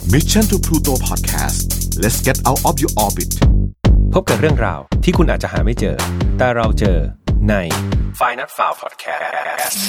Mission to Pluto Podcast let's get out of your orbit พบกับเรื่องราวที่คุณอาจจะหาไม่เจอแต่เราเจอใน Find Not Found Podcast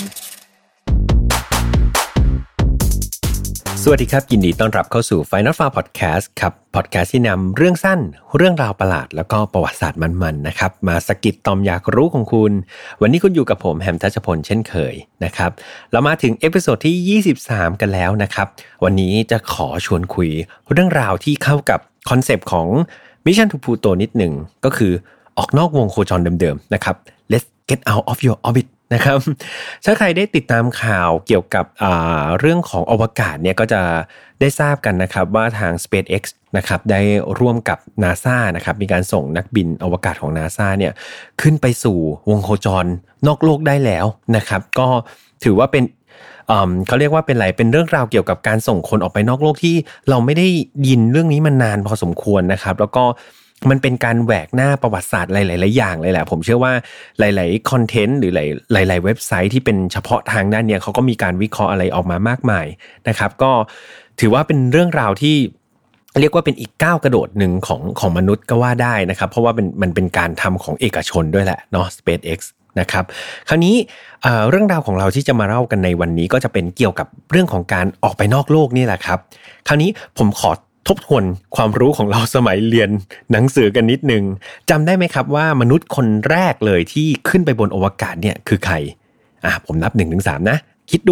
สวัสดีครับยินดีต้อนรับเข้าสู่ Find Not Found Podcast ครับพอดแคสต์ที่นำเรื่องสั้นเรื่องราวประหลาดแล้วก็ประวัติศาสตร์มันๆนะครับมาสะกิดต่อมอยากรู้ของคุณวันนี้คุณอยู่กับผมแฮมทัชพลเช่นเคยนะครับเรามาถึงเอพิโซดที่23กันแล้วนะครับวันนี้จะขอชวนคุยเรื่องราวที่เข้ากับคอนเซปต์ของ Mission to Pluto นิดหนึ่งก็คือออกนอกวงโคจรเดิมๆนะครับ Let's get out of your orbitนะครับถ้าใครได้ติดตามข่าวเกี่ยวกับเรื่องของอวกาศเนี่ยก็จะได้ทราบกันนะครับว่าทาง SpaceX นะครับได้ร่วมกับ NASA นะครับมีการส่งนักบินอวกาศของ NASA เนี่ยขึ้นไปสู่วงโคจรนอกโลกได้แล้วนะครับก็ถือว่าเป็นเขาเรียกว่าเป็นอะไรเป็นเรื่องราวเกี่ยวกับการส่งคนออกไปนอกโลกที่เราไม่ได้ยินเรื่องนี้มานานพอสมควรนะครับแล้วก็มันเป็นการแหวกหน้าประวัติศาสตร์หลายๆอย่างเลยแหละผมเชื่อว่าหลายๆคอนเทนต์หรือหลายๆเว็บไซต์ที่เป็นเฉพาะทางด้านเนี้ยเขาก็มีการวิเคราะห์อะไรออกมามากมายนะครับก็ถือว่าเป็นเรื่องราวที่เรียกว่าเป็นอีกก้าวกระโดดหนึ่งของมนุษย์ก็ว่าได้นะครับเพราะว่ามันเป็นการทำของเอกชนด้วยแหละเนาะ SpaceX นะครับคราวนี้เรื่องราวของเราที่จะมาเล่ากันในวันนี้ก็จะเป็นเกี่ยวกับเรื่องของการออกไปนอกโลกนี่แหละครับคราวนี้ผมขอทบทวนความรู้ของเราสมัยเรียนหนังสือกันนิดนึงจำได้ไหมครับว่ามนุษย์คนแรกเลยที่ขึ้นไปบนอวกาศเนี่ยคือใครผมนับ 1-3 นะคิดดู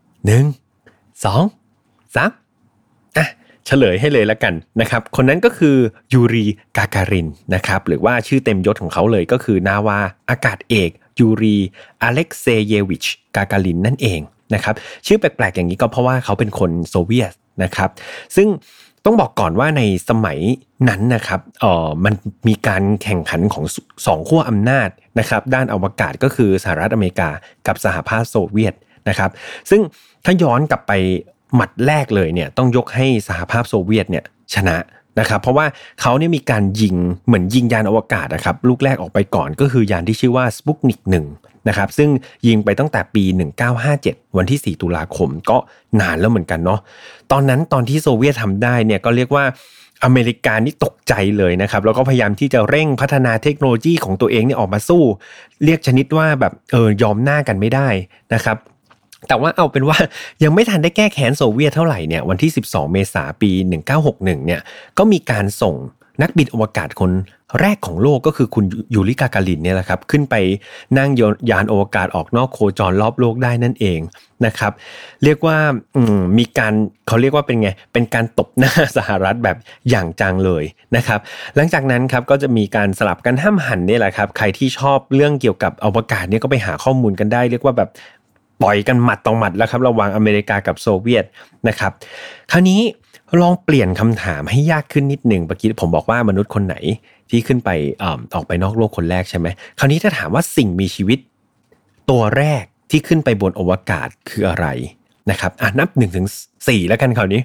1 2 3เฉลยให้เลยละกันนะครับคนนั้นก็คือยูรีกาการินนะครับหรือว่าชื่อเต็มยศของเขาเลยก็คือนาวาอากาศเอกยูรีอเล็กเซเยวิชกาการินนั่นเองนะครับชื่อแปลกๆอย่างนี้ก็เพราะว่าเขาเป็นคนโซเวียตนะครับซึ่งต้องบอกก่อนว่าในสมัยนั้นนะครับมันมีการแข่งขันของ2ขั้วอำนาจนะครับด้านอวกาศก็คือสหรัฐอเมริกากับสหภาพโซเวียตนะครับซึ่งถ้าย้อนกลับไปหมัดแรกเลยเนี่ยต้องยกให้สหภาพโซเวียตเนี่ยชนะนะครับเพราะว่าเขาเนี่ยมีการยิงเหมือนยิงยานอวกาศนะครับลูกแรกออกไปก่อนก็คือยานที่ชื่อว่าสปุตนิก1นะครับซึ่งยิงไปตั้งแต่ปี1957วันที่4ตุลาคมก็นานแล้วเหมือนกันเนาะตอนนั้นตอนที่โซเวียตทำได้เนี่ยก็เรียกว่าอเมริกานี่ตกใจเลยนะครับแล้วก็พยายามที่จะเร่งพัฒนาเทคโนโลยีของตัวเองเนี่ยออกมาสู้เรียกชนิดว่าแบบยอมหน้ากันไม่ได้นะครับแต่ว่าเอาเป็นว่ายังไม่ทันได้แก้แค้นโซเวียตเท่าไหร่เนี่ยวันที่12เมษายนปี1961เนี่ยก็มีการส่งนักบินอวกาศคนแรกของโลกก็คือคุณยูริกาการินเนี่ยแหละครับขึ้นไปนั่งยานอวกาศออกนอกโคจรรอบโลกได้นั่นเองนะครับเรียกว่ามีการเขาเรียกว่าเป็นไงเป็นการตบหน้าสหรัฐแบบอย่างจังเลยนะครับหลังจากนั้นครับก็จะมีการสลับกันห้ามหันเนี่ยแหละครับใครที่ชอบเรื่องเกี่ยวกับอวกาศเนี่ยก็ไปหาข้อมูลกันได้เรียกว่าแบบปล่อยกันหมัดต่อหมัดแล้วครับระหว่างอเมริกากับโซเวียตนะครับคราวนี้ลองเปลี่ยนคำถามให้ยากขึ้นนิดหนึ่งเมื่อกี้ผมบอกว่ามนุษย์คนไหนที่ขึ้นไปออกไปนอกโลกคนแรกใช่ไหมคราวนี้ถ้าถามว่าสิ่งมีชีวิตตัวแรกที่ขึ้นไปบนอวกาศคืออะไรนะครับนับ 1-4 แล้วกันคราวนี้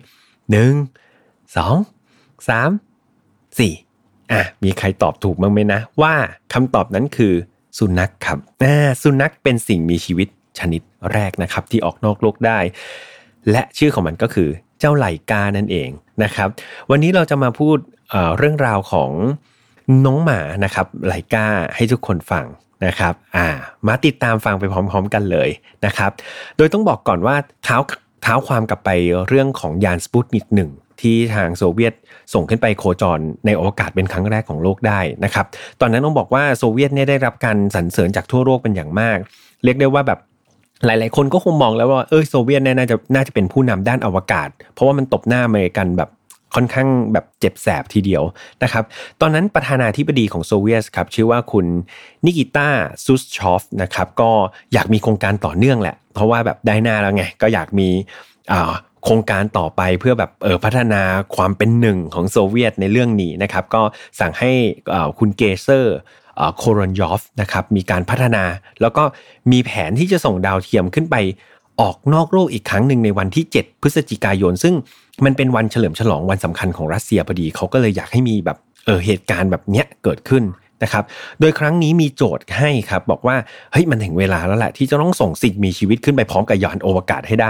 1 2 3 4มีใครตอบถูกบ้างไหมนะว่าคำตอบนั้นคือสุนัขครับสุนัขเป็นสิ่งมีชีวิตชนิดแรกนะครับที่ออกนอกโลกได้และชื่อของมันก็คือเจ้าไลกานั่นเองนะครับวันนี้เราจะมาพูดเรื่องราวของน้องหมานะครับไลกาให้ทุกคนฟังนะครับมาติดตามฟังไปพร้อมๆกันเลยนะครับโดยต้องบอกก่อนว่าเท้าความกลับไปเรื่องของยานสปุตนิก1ที่ทางโซเวียตส่งขึ้นไปโคจรในอวกาศเป็นครั้งแรกของโลกได้นะครับตอนนั้นต้องบอกว่าโซเวียตเนี่ยได้รับการสรรเสริญจากทั่วโลกเป็นอย่างมากเรียกได้ว่าแบบหลายๆคนก็คงมองแล้วว่าโซเวียตเนี่ยน่าจะเป็นผู้นำด้านอวกาศเพราะว่ามันตบหน้าอเมริกันแบบค่อนข้างแบบเจ็บแสบทีเดียวนะครับตอนนั้นประธานาธิบดีของโซเวียตครับชื่อว่าคุณนิกิต้าซุสชอฟนะครับก็อยากมีโครงการต่อเนื่องแหละเพราะว่าแบบได้หน้าแล้วไงก็อยากมีโครงการต่อไปเพื่อแบบพัฒนาความเป็นหนึ่งของโซเวียตในเรื่องนี้นะครับก็สั่งให้คุณเกเซอร์โครอนยอฟนะครับมีการพัฒนาแล้วก็มีแผนที่จะส่งดาวเทียมขึ้นไปออกนอกโลกอีกครั้งหนึ่งในวันที่7พฤศจิกายนซึ่งมันเป็นวันเฉลิมฉลองวันสำคัญของรัสเซียพอดีเขาก็เลยอยากให้มีแบบเหตุการณ์แบบเนี้ยเกิดขึ้นนะครับโดยครั้งนี้มีโจทย์ให้ครับบอกว่าเฮ้ยมันถึงเวลาแล้วแหละที่จะต้องส่งสิ่งมีชีวิตขึ้นไปพร้อมกับยานอวกาศให้ได้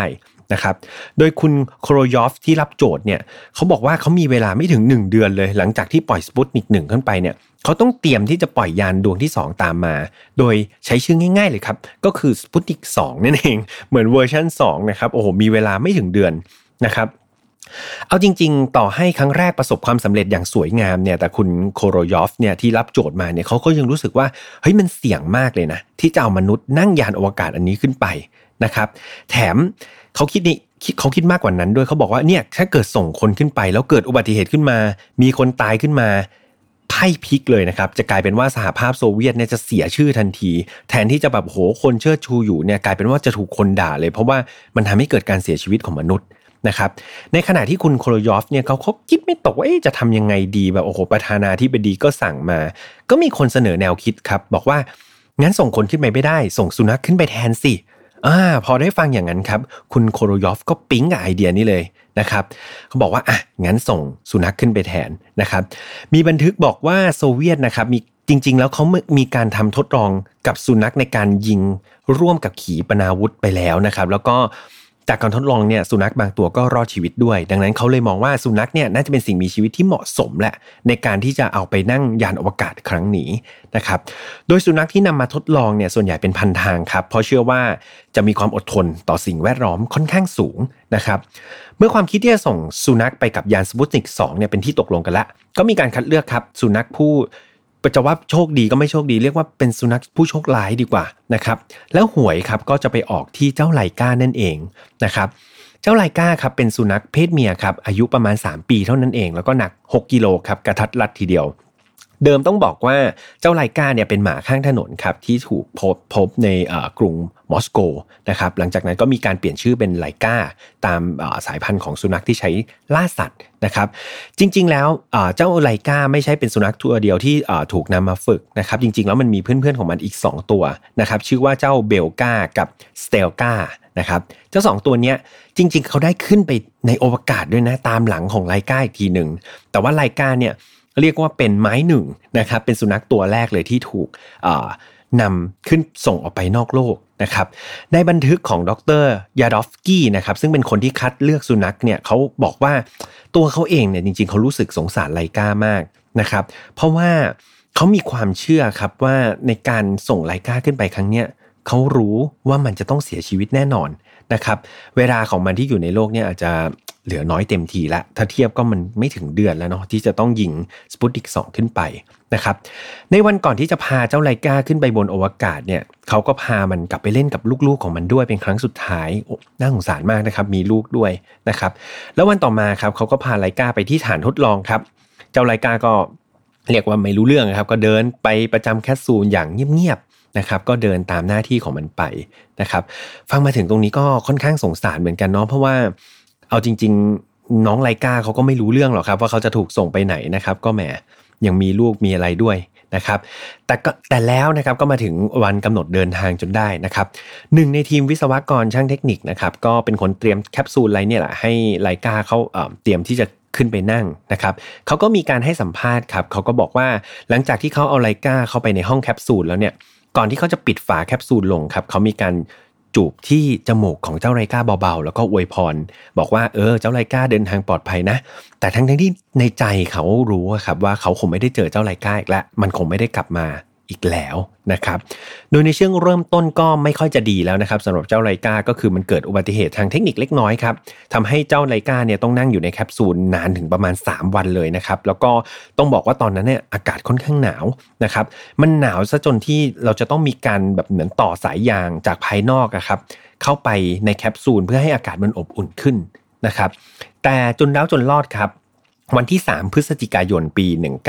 นะครับโดยคุณโคโรยอฟที่รับโจทย์เนี่ยเขาบอกว่าเขามีเวลาไม่ถึง1เดือนเลยหลังจากที่ปล่อยสปุตนิก1ขึ้นไปเนี่ยเขาต้องเตรียมที่จะปล่อยยานดวงที่2ตามมาโดยใช้ชื่อง่ายๆเลยครับก็คือสปุตนิก2นั่นเองเหมือนเวอร์ชัน2นะครับโอ้โหมีเวลาไม่ถึงเดือนนะครับเอาจริงๆต่อให้ครั้งแรกประสบความสำเร็จอย่างสวยงามเนี่ยแต่คุณโคโรยอฟเนี่ยที่รับโจทย์มาเนี่ยเขาก็ยังรู้สึกว่าเฮ้ยมันเสี่ยงมากเลยนะที่จะเอามนุษย์นั่งยานอวกาศอันนี้ขึ้นไปนะครับแถมเขาคิดมากกว่านั้นด้วยเขาบอกว่าเนี่ยถ้าเกิดส่งคนขึ้นไปแล้วเกิดอุบัติเหตุขึ้นมามีคนตายขึ้นมาไพ่พลิกเลยนะครับจะกลายเป็นว่าสหภาพโซเวียตเนี่ยจะเสียชื่อทันทีแทนที่จะแบบโหคนเชิดชูอยู่เนี่ยกลายเป็นว่าจะถูกคนด่าเลยเพราะว่ามันทำให้เกิดการเสียชีวิตของมนุษย์นะครับในขณะที่คุณโคโรยอฟเนี่ยเขาคิดไม่ตกว่าจะทำยังไงดีแบบโอ้โหประธานาธิบดีก็สั่งมาก็มีคนเสนอแนวคิดครับบอกว่างั้นส่งคนขึ้นไปไม่ได้ส่งสุนัขขึ้นไปแทนสิพอได้ฟังอย่างนั้นครับคุณโคโรยอฟก็ปิ๊งกับไอเดียนี้เลยนะครับเขาบอกว่างั้นส่งสุนัขขึ้นไปแทนนะครับมีบันทึกบอกว่าโซเวียตนะครับมีจริงๆแล้วเขามีการทำทดลองกับสุนัขในการยิงร่วมกับขีปนาวุธไปแล้วนะครับแล้วก็จากการทดลองเนี่ยสุนัขบางตัวก็รอดชีวิตด้วยดังนั้นเขาเลยมองว่าสุนัขเนี่ยน่าจะเป็นสิ่งมีชีวิตที่เหมาะสมแหละในการที่จะเอาไปนั่งยานอวกาศครั้งนี้นะครับโดยสุนัขที่นำมาทดลองเนี่ยส่วนใหญ่เป็นพันทางครับเพราะเชื่อว่าจะมีความอดทนต่อสิ่งแวดล้อมค่อนข้างสูงนะครับเมื่อความคิดที่จะส่งสุนัขไปกับยานสปุตนิก2เนี่ยเป็นที่ตกลงกันละก็มีการคัดเลือกครับสุนัขผู้จะว่าโชคดีก็ไม่โชคดีเรียกว่าเป็นสุนัขผู้โชคร้ายดีกว่านะครับแล้วหวยครับก็จะไปออกที่เจ้าไลก้านั่นเองนะครับเจ้าไลก้าครับเป็นสุนัขเพศเมียครับอายุประมาณ3ปีเท่านั้นเองแล้วก็หนัก6กิโลครับกระทัดรัดทีเดียวเดิมต้องบอกว่าเจ้าไลก้าเนี่ยเป็นหมาข้างถนนครับที่ถูกพบในกรุงมอสโกนะครับหลังจากนั้นก็มีการเปลี่ยนชื่อเป็นไลก้าตามสายพันธุ์ของสุนัขที่ใช้ล่าสัตว์นะครับจริงๆแล้วเจ้าไลก้าไม่ใช่เป็นสุนัขตัวเดียวที่ถูกนำมาฝึกนะครับจริงๆแล้วมันมีเพื่อนๆของมันอีก2ตัวนะครับชื่อว่าเจ้าเบลกากับสเตลกานะครับเจ้า2ตัวเนี้ยจริงๆเขาได้ขึ้นไปในอวกาศด้วยนะตามหลังของไลก้าอีกทีนึงแต่ว่าไลก้าเนี่ยเรียกว่าเป็นไม้หนึ่งนะครับเป็นสุนัขตัวแรกเลยที่ถูกนำขึ้นส่งออกไปนอกโลกนะครับในบันทึกของดร.ยาดอฟสกี้นะครับซึ่งเป็นคนที่คัดเลือกสุนัขเนี่ยเขาบอกว่าตัวเขาเองเนี่ยจริงๆเขารู้สึกสงสารไลก้ามากนะครับเพราะว่าเขามีความเชื่อครับว่าในการส่งไลก้าขึ้นไปครั้งเนี้ยเขารู้ว่ามันจะต้องเสียชีวิตแน่นอนนะครับเวลาของมันที่อยู่ในโลกเนี่ยอาจจะเหลือน้อยเต็มทีละถ้าเทียบก็มันไม่ถึงเดือนแล้วเนาะที่จะต้องยิงสปุตนิก2ขึ้นไปนะครับในวันก่อนที่จะพาเจ้าไลก้าขึ้นไปบนอวกาศเนี่ยเขาก็พามันกลับไปเล่นกับลูกๆของมันด้วยเป็นครั้งสุดท้ายน่าสงสารมากนะครับมีลูกด้วยนะครับแล้ววันต่อมาครับเขาก็พาไลก้าไปที่ฐานทดลองครับเจ้าไลก้าก็เรียกว่าไม่รู้เรื่องครับก็เดินไปประจำแคปซูลอย่างเงียบๆนะครับก็เดินตามหน้าที่ของมันไปนะครับฟังมาถึงตรงนี้ก็ค่อนข้างสงสารเหมือนกันเนาะเพราะว่าเอาจริงๆน้องไลก้าเขาก็ไม่รู้เรื่องหรอกครับว่าเขาจะถูกส่งไปไหนนะครับก็แหมยังมีลูกมีอะไรด้วยนะครับแต่แล้วนะครับก็มาถึงวันกำหนดเดินทางจนได้นะครับหนึ่งในทีมวิศวกรช่างเทคนิคนะครับก็เป็นคนเตรียมแคปซูลอะไรเนี่ยแหละให้ไลก้าเขาเตรียมที่จะขึ้นไปนั่งนะครับเขาก็มีการให้สัมภาษณ์ครับเขาก็บอกว่าหลังจากที่เขาเอาไลก้าเข้าไปในห้องแคปซูลแล้วเนี่ยก่อนที่เขาจะปิดฝาแคปซูลลงครับเขามีการจูบที่จมูกของเจ้าไลก้าเบาๆแล้วก็อวยพรบอกว่าเจ้าไลก้าเดินทางปลอดภัยนะแต่ทั้งที่ในใจเขารู้ครับว่าเขาคงไม่ได้เจอเจ้าไลก้าอีกแล้วมันคงไม่ได้กลับมาอีกแล้วนะครับโดยในช่วงเริ่มต้นก็ไม่ค่อยจะดีแล้วนะครับสำหรับเจ้าไลก้าก็คือมันเกิดอุบัติเหตุทางเทคนิคเล็กน้อยครับทำให้เจ้าไลก้าเนี่ยต้องนั่งอยู่ในแคปซูลนานถึงประมาณ3วันเลยนะครับแล้วก็ต้องบอกว่าตอนนั้นเนี่ยอากาศค่อนข้างหนาวนะครับมันหนาวซะจนที่เราจะต้องมีการแบบเหมือนต่อสายยางจากภายนอกครับเข้าไปในแคปซูลเพื่อให้อากาศมันอบอุ่นขึ้นนะครับแต่จนแล้วจนรอดครับวันที่3พฤศจิกายนปี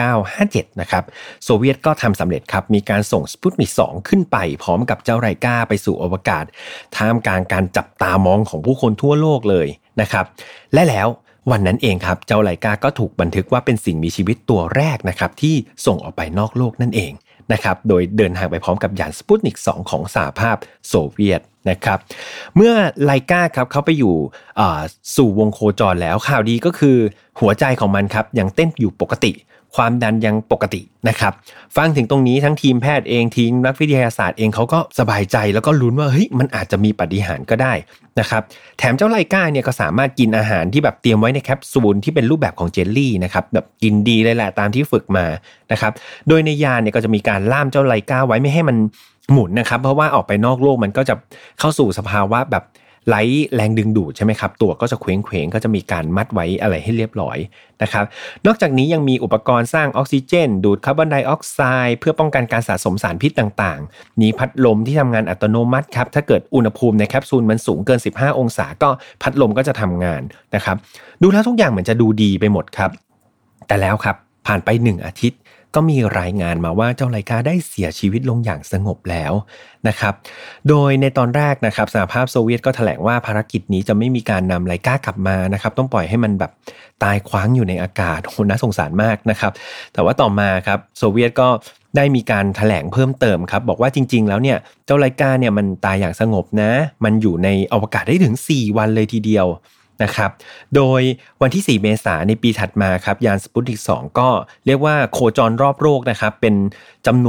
1957นะครับโซเวียตก็ทำสำเร็จครับมีการส่งสปุตนิก2ขึ้นไปพร้อมกับเจ้าไลก้าไปสู่อวกาศท่ามกลางการจับตามองของผู้คนทั่วโลกเลยนะครับและแล้ววันนั้นเองครับเจ้าไลก้าก็ถูกบันทึกว่าเป็นสิ่งมีชีวิตตัวแรกนะครับที่ส่งออกไปนอกโลกนั่นเองนะครับโดยเดินทางไปพร้อมกับยานสปุตนิก2ของสหภาพโซเวียตนะครับเมื่อไลก้าครับเขาไปอยู่สู่วงโคจรแล้วข่าวดีก็คือหัวใจของมันครับยังเต้นอยู่ปกติความดันยังปกตินะครับฟังถึงตรงนี้ทั้งทีมแพทย์เองทีมนักวิทยาศาสตร์เองเขาก็สบายใจแล้วก็ลุ้นว่าเฮ้ยมันอาจจะมีปาฏิหาริย์ก็ได้นะครับแถมเจ้าไลก้าเนี่ยก็สามารถกินอาหารที่แบบเตรียมไว้ในแคปซูลที่เป็นรูปแบบของเจลลี่นะครับแบบกินดีเลยแหละตามที่ฝึกมานะครับโดยในยาเนี่ยก็จะมีการล่ามเจ้าไลก้าไว้ไม่ให้มันหมุนนะครับเพราะว่าออกไปนอกโลกมันก็จะเข้าสู่สภาวะแบบไร้แรงดึงดูดใช่ไหมครับตัวก็จะเคว้งๆก็จะมีการมัดไว้อะไรให้เรียบร้อยนะครับนอกจากนี้ยังมีอุปกรณ์สร้างออกซิเจนดูดคาร์บอนไดออกไซด์เพื่อป้องกันการสะสมสารพิษต่างๆมีพัดลมที่ทำงานอัตโนมัติครับถ้าเกิดอุณหภูมิในแคปซูลมันสูงเกิน15องศาก็พัดลมก็จะทำงานนะครับดูแล้วทุกอย่างเหมือนจะดูดีไปหมดครับแต่แล้วครับผ่านไป1อาทิตย์ก็มีรายงานมาว่าเจ้าไลกาได้เสียชีวิตลงอย่างสงบแล้วนะครับโดยในตอนแรกนะครับสหภาพโซเวียตก็แถลงว่าภารกิจนี้จะไม่มีการนำไลกากลับมานะครับต้องปล่อยให้มันแบบตายคว้างอยู่ในอากาศโหน่าสงสารมากนะครับแต่ว่าต่อมาครับโซเวียตก็ได้มีการแถลงเพิ่มเติมครับบอกว่าจริงๆแล้วเนี่ยเจ้าไลกาเนี่ยมันตายอย่างสงบนะมันอยู่ในอวกาศได้ถึง4วันเลยทีเดียวนะครับโดยวันที่4เมษายนในปีถัดมาครับยานสปุตนิก2ก็เรียกว่าโคจรรอบโลกนะครับเป็นจำนวน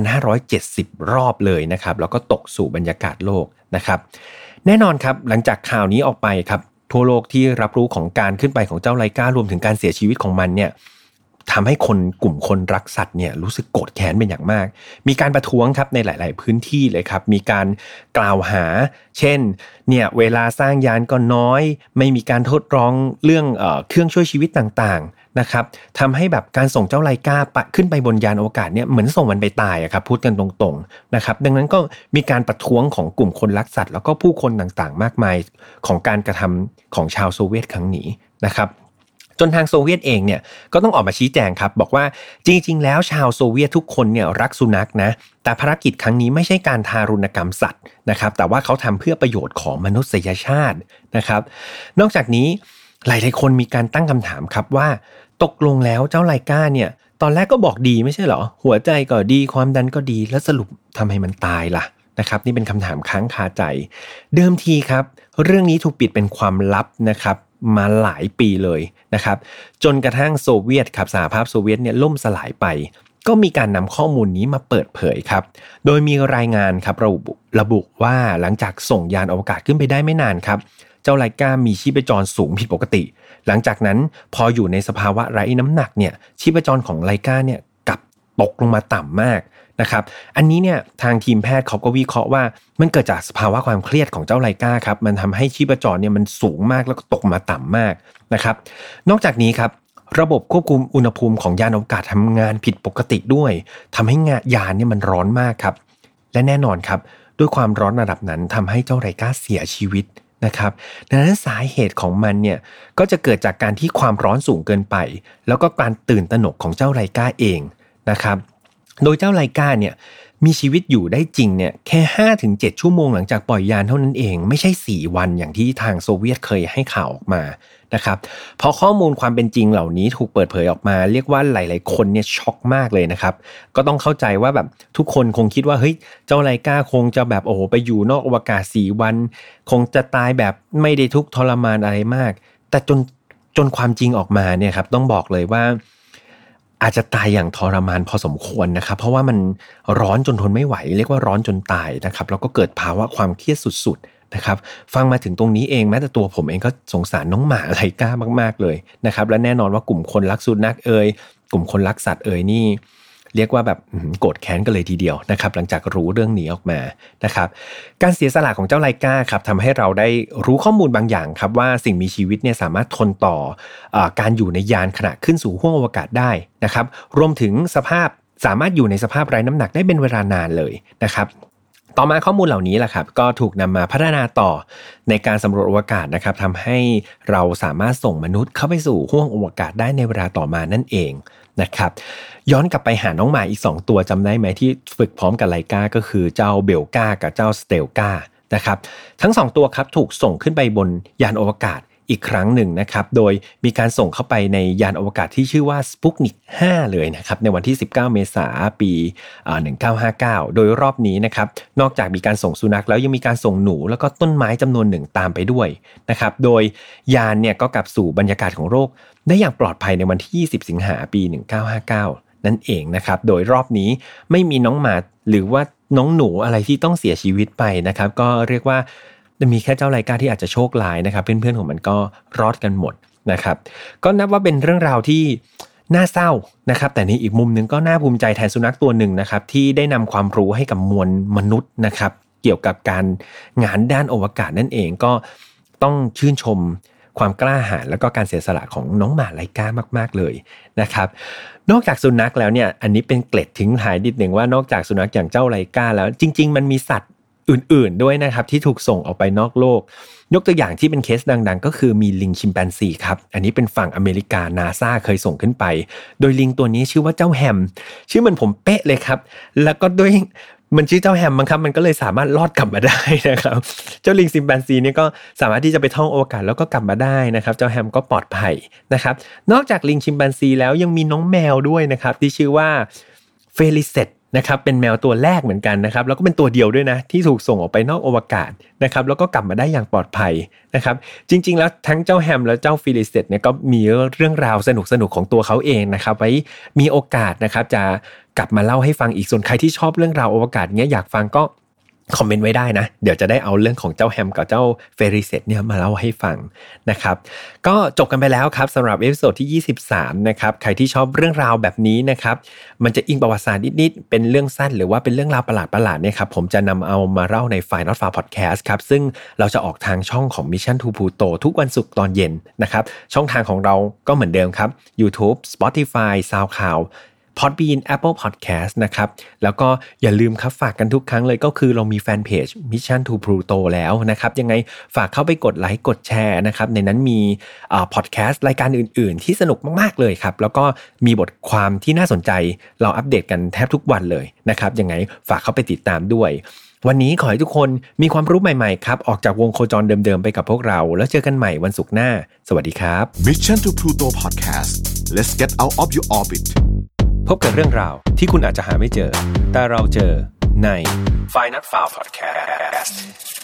2,570 รอบเลยนะครับแล้วก็ตกสู่บรรยากาศโลกนะครับแน่นอนครับหลังจากข่าวนี้ออกไปครับทั่วโลกที่รับรู้ของการขึ้นไปของเจ้าไลการวมถึงการเสียชีวิตของมันเนี่ยทำให้กลุ่มคนรักสัตว์เนี่ยรู้สึกโกรธแค้นเป็นอย่างมากมีการประท้วงครับในหลายๆพื้นที่เลยครับมีการกล่าวหาเช่นเนี่ยเวลาสร้างยานก็น้อยไม่มีการทดลองเรื่องเครื่องช่วยชีวิตต่างๆนะครับทำให้แบบการส่งเจ้าไลกาขึ้นไปบนยานอวกาศเนี่ยเหมือนส่งมันไปตายอะครับพูดกันตรงๆนะครับดังนั้นก็มีการประท้วงของกลุ่มคนรักสัตว์แล้วก็ผู้คนต่างๆมากมายของการกระทำของชาวโซเวียตครั้งนี้นะครับจนทางโซเวียตเองเนี่ยก็ต้องออกมาชี้แจงครับบอกว่าจริงๆแล้วชาวโซเวียตทุกคนเนี่ยรักสุนัขนะแต่ภารกิจครั้งนี้ไม่ใช่การทารุณกรรมสัตว์นะครับแต่ว่าเขาทำเพื่อประโยชน์ของมนุษยชาตินะครับนอกจากนี้หลายๆคนมีการตั้งคำถามครับว่าตกลงแล้วเจ้าไลกาเนี่ยตอนแรกก็บอกดีไม่ใช่เหรอหัวใจก็ดีความดันก็ดีแล้วสรุปทำไมมันตายล่ะนะครับนี่เป็นคำถามค้างคาใจเดิมทีครับเรื่องนี้ถูกปิดเป็นความลับนะครับมาหลายปีเลยนะครับจนกระทั่งโซเวียตครับสหภาพโซเวียตเนี่ยล่มสลายไปก็มีการนำข้อมูลนี้มาเปิดเผยครับโดยมีรายงานครับระบุว่าหลังจากส่งยานอวกาศขึ้นไปได้ไม่นานครับเจ้าไลกามีชีพจรสูงผิดปกติหลังจากนั้นพออยู่ในสภาวะไร้น้ำหนักเนี่ยชีพจรของไลกาเนี่ยกลับตกลงมาต่ำมากนะครับอันนี้เนี่ยทางทีมแพทย์เขาก็วิเคราะห์ว่ามันเกิดจากสภาวะความเครียดของเจ้าไลกาครับมันทำให้ชีพจรเนี่ยมันสูงมากแล้วก็ตกมาต่ำมากนะครับนอกจากนี้ครับระบบควบคุมอุณหภูมิของยานอวกาศทำงานผิดปกติด้วยทำให้ยานเนี่ยมันร้อนมากครับและแน่นอนครับด้วยความร้อนระดับนั้นทำให้เจ้าไลกาเสียชีวิตนะครับดังนั้นสาเหตุของมันเนี่ยก็จะเกิดจากการที่ความร้อนสูงเกินไปแล้วก็การตื่นตระหนกของเจ้าไลกาเองนะครับโดยเจ้าไลกาเนี่ยมีชีวิตอยู่ได้จริงเนี่ยแค่ 5-7 ชั่วโมงหลังจากปล่อยยานเท่านั้นเองไม่ใช่4วันอย่างที่ทางโซเวียตเคยให้ข่าวออกมานะครับพอข้อมูลความเป็นจริงเหล่านี้ถูกเปิดเผยออกมาเรียกว่าหลายๆคนเนี่ยช็อกมากเลยนะครับก็ต้องเข้าใจว่าแบบทุกคนคงคิดว่าเฮ้ยเจ้าไลกาคงจะแบบโอ้โหไปอยู่นอกอวกาศ4วันคงจะตายแบบไม่ได้ทุกข์ทรมานอะไรมากแต่จนความจริงออกมาเนี่ยครับต้องบอกเลยว่าอาจจะตายอย่างทรมานพอสมควรนะครับเพราะว่ามันร้อนจนทนไม่ไหวเรียกว่าร้อนจนตายนะครับแล้วก็เกิดภาวะความเครียดสุดๆนะครับฟังมาถึงตรงนี้เองแม้แต่ตัวผมเองก็สงสารน้องหมาไลกามากๆเลยนะครับและแน่นอนว่ากลุ่มคนรักสุนัขกลุ่มคนรักสัตว์นี่เรียกว่าแบบโกรธแค้นกันเลยทีเดียวนะครับหลังจากรู้เรื่องนี้ออกมานะครับการเสียสละของเจ้าไลกาครับทำให้เราได้รู้ข้อมูลบางอย่างครับว่าสิ่งมีชีวิตเนี่ยสามารถทนต่อการอยู่ในยานขณะขึ้นสู่ห้วงอวกาศได้นะครับรวมถึงสามารถอยู่ในสภาพไร้น้ำหนักได้เป็นเวลานานเลยนะครับต่อมาข้อมูลเหล่านี้แหละครับก็ถูกนำมาพัฒนาต่อในการสำรวจอวกาศนะครับทำให้เราสามารถส่งมนุษย์เข้าไปสู่ห้วงอวกาศได้ในเวลาต่อมานั่นเองนะครับย้อนกลับไปหาน้องหมาอีก2ตัวจำได้ไหมที่ฝึกพร้อมกับไลกาก็คือเจ้าเบลกากับเจ้าสเตลกานะครับทั้ง2ตัวครับถูกส่งขึ้นไปบนยานอวกาศอีกครั้งหนึ่งนะครับโดยมีการส่งเข้าไปในยานอวกาศที่ชื่อว่าสปุตนิก5เลยนะครับในวันที่19เมษายนปี1959โดยรอบนี้นะครับนอกจากมีการส่งสุนัขแล้วยังมีการส่งหนูแล้วก็ต้นไม้จำนวนหนึ่งตามไปด้วยนะครับโดยยานเนี่ยก็กลับสู่บรรยากาศของโลกได้อย่างปลอดภัยในวันที่20สิงหาปี1959นั่นเองนะครับโดยรอบนี้ไม่มีน้องหมาหรือว่าน้องหนูอะไรที่ต้องเสียชีวิตไปนะครับก็เรียกว่ามีแค่เจ้าไลกาที่อาจจะโชคร้ายนะครับเพื่อนๆของมันก็รอดกันหมดนะครับก็นับว่าเป็นเรื่องราวที่น่าเศร้านะครับแต่ในอีกมุมนึงก็น่าภูมิใจแทนสุนัขตัวหนึ่งนะครับที่ได้นำความรู้ให้กับมวลมนุษย์นะครับเกี่ยวกับการงานด้านอวกาศนั่นเองก็ต้องชื่นชมความกล้าหาญแล้วก็การเสียสละของน้องหมาไลกามากๆเลยนะครับนอกจากสุนัขแล้วเนี่ยอันนี้เป็นเกร็ดทิ้งท้ายนิดนึงว่านอกจากสุนัขอย่างเจ้าไลกาแล้วจริงๆมันมีสัตว์อื่นๆด้วยนะครับที่ถูกส่งออกไปนอกโลกยกตัวอย่างที่เป็นเคสดังๆก็คือมีลิงชิมแปนซีครับอันนี้เป็นฝั่งอเมริกา NASA เคยส่งขึ้นไปโดยลิงตัวนี้ชื่อว่าเจ้าแฮมชื่อเหมือนผมเป๊ะเลยครับแล้วก็ด้วยมันชื่อเจ้าแฮมมั้งครับมันก็เลยสามารถรอดกลับมาได้นะครับเจ้าลิงชิมแปนซีนี่ก็สามารถที่จะไปท่องอวกาศแล้วก็กลับมาได้นะครับเจ้าแฮมก็ปลอดภัยนะครับนอกจากลิงชิมแปนซีแล้วยังมีน้องแมวด้วยนะครับที่ชื่อว่าเฟลิเซตนะครับเป็นแมวตัวแรกเหมือนกันนะครับแล้วก็เป็นตัวเดียวด้วยนะที่ถูกส่งออกไปนอกอวกาศนะครับแล้วก็กลับมาได้อย่างปลอดภัยนะครับจริงๆแล้วทั้งเจ้าแฮมและเจ้าฟิลิสเต็ดเนี่ยก็มีเรื่องราวสนุกๆของตัวเขาเองนะครับไว้มีโอกาสนะครับจะกลับมาเล่าให้ฟังอีกส่วนใครที่ชอบเรื่องราวอวกาศเนี้ยอยากฟังก็คอมเมนต์ไว้ได้นะเดี๋ยวจะได้เอาเรื่องของเจ้าแฮมกับเจ้าเฟริเซตเนี่ยมาเล่าให้ฟังนะครับก็จบกันไปแล้วครับสำหรับเอพิโซดที่23นะครับใครที่ชอบเรื่องราวแบบนี้นะครับมันจะอิงประวัติศาสตร์นิดๆเป็นเรื่องสั้นหรือว่าเป็นเรื่องราวประหลาดๆเนี่ยครับผมจะนำเอามาเล่าใน File Not Far Podcast ครับซึ่งเราจะออกทางช่องของ Mission to Pluto ทุกวันศุกร์ตอนเย็นนะครับช่องทางของเราก็เหมือนเดิมครับ YouTube Spotify SoundCloud Podbean Apple Podcast นะครับแล้วก็อย่าลืมครับฝากกันทุกครั้งเลยก็คือเรามีแฟนเพจ Mission to Pluto แล้วนะครับยังไงฝากเข้าไปกดไลค์กดแชร์นะครับในนั้นมีพอดแคสต์รายการอื่นๆที่สนุกมากๆเลยครับแล้วก็มีบทความที่น่าสนใจเราอัปเดตกันแทบทุกวันเลยนะครับยังไงฝากเข้าไปติดตามด้วยวันนี้ขอให้ทุกคนมีความรู้ใหม่ๆครับออกจากวงโคจรเดิมๆไปกับพวกเราแล้วเจอกันใหม่วันศุกร์หน้าสวัสดีครับ Mission to Pluto Podcast Let's get out of your orbit พบกับเรื่องราวที่คุณอาจจะหาไม่เจอแต่เราเจอใน File Not Far Podcast